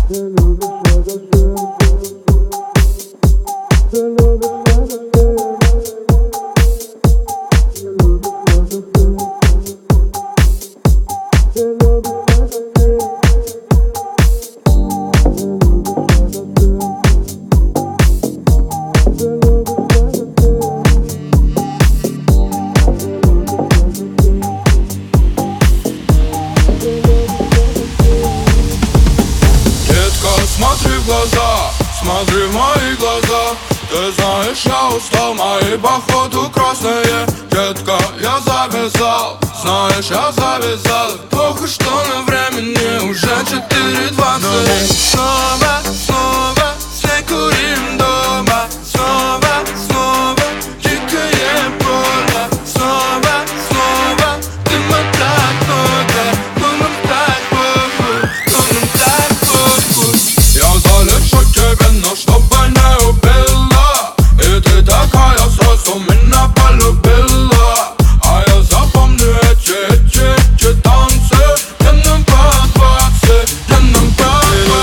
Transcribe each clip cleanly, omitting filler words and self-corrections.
Смотри в глаза, смотри в мои глаза. Ты знаешь, я устал, мои походу красные. Детка, я завязал, знаешь, я завязал. Плохо, что на времени уже 4:20. Но мы снова все курим дома. Снова дикое поле. Снова дыма так много. Но нам так похуй, но нам так похуй. Я залечу тебе, но чтобы не убила. И ты такая сразу меня полюбила. А я запомню эти танцы. Где нам по 20, где нам по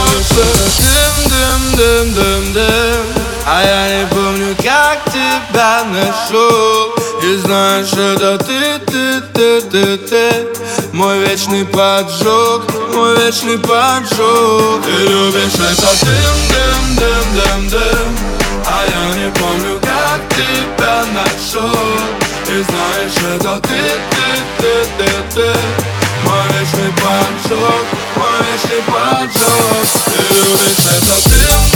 20. Дым. А я не помню, как тебя нашел. И знаешь, это ты. Мой вечный поджог, мой вечный поджог. Ты любишь это дым. А я не помню, как тебя нашел. И знаешь, это ты. Мой вечный поджог, мой вечный поджог. Ты любишь это дым.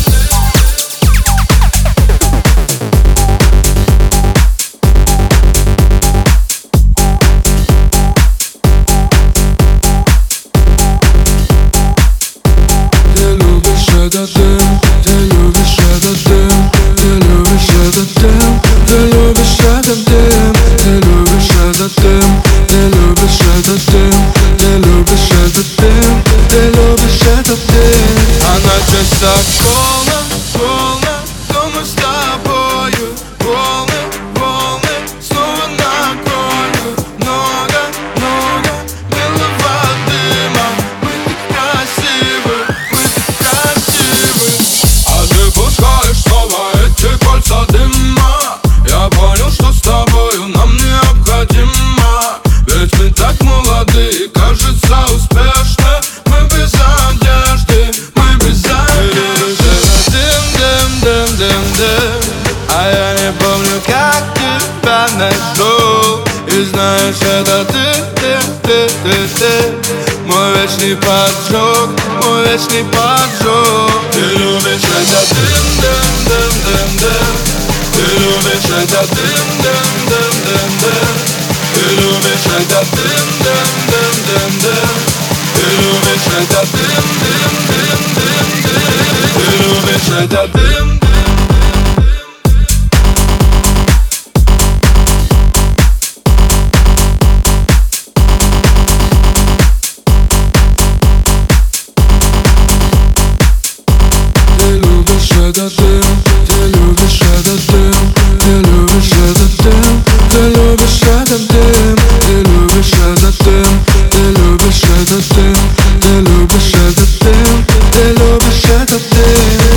Ты любишь этот дым, ты любишь этот дым, ты любишь этот дым, ты любишь этот дым, ты любишь этот дым, ты любишь этот дым, ты любишь этот дым. Она чисто полна, но мы с тобою волны снова накроют. Много белого дыма. Мы так красивы. А ты пускаешь снова эти кольца дыма. Я понял, что с тобою нам необходимо. Ведь мы так молоды и кажется успешны. Мы без одежды, мы без одежды. Дым. А я не помню, как тебя нашел. И знаешь, это ты. Мой вечный поджог, мой вечный поджог. Ты любишь это дым. Ты любишь это дым. Ты любишь это дым. Ты любишь это дым. Ты любишь это дым. Этот дым, ты любишь этот дым, ты любишь этот дым, ты любишь этот дым, ты любишь этот дым, ты любишь этот дым, ты любишь этот дым, ты любишь этот дым.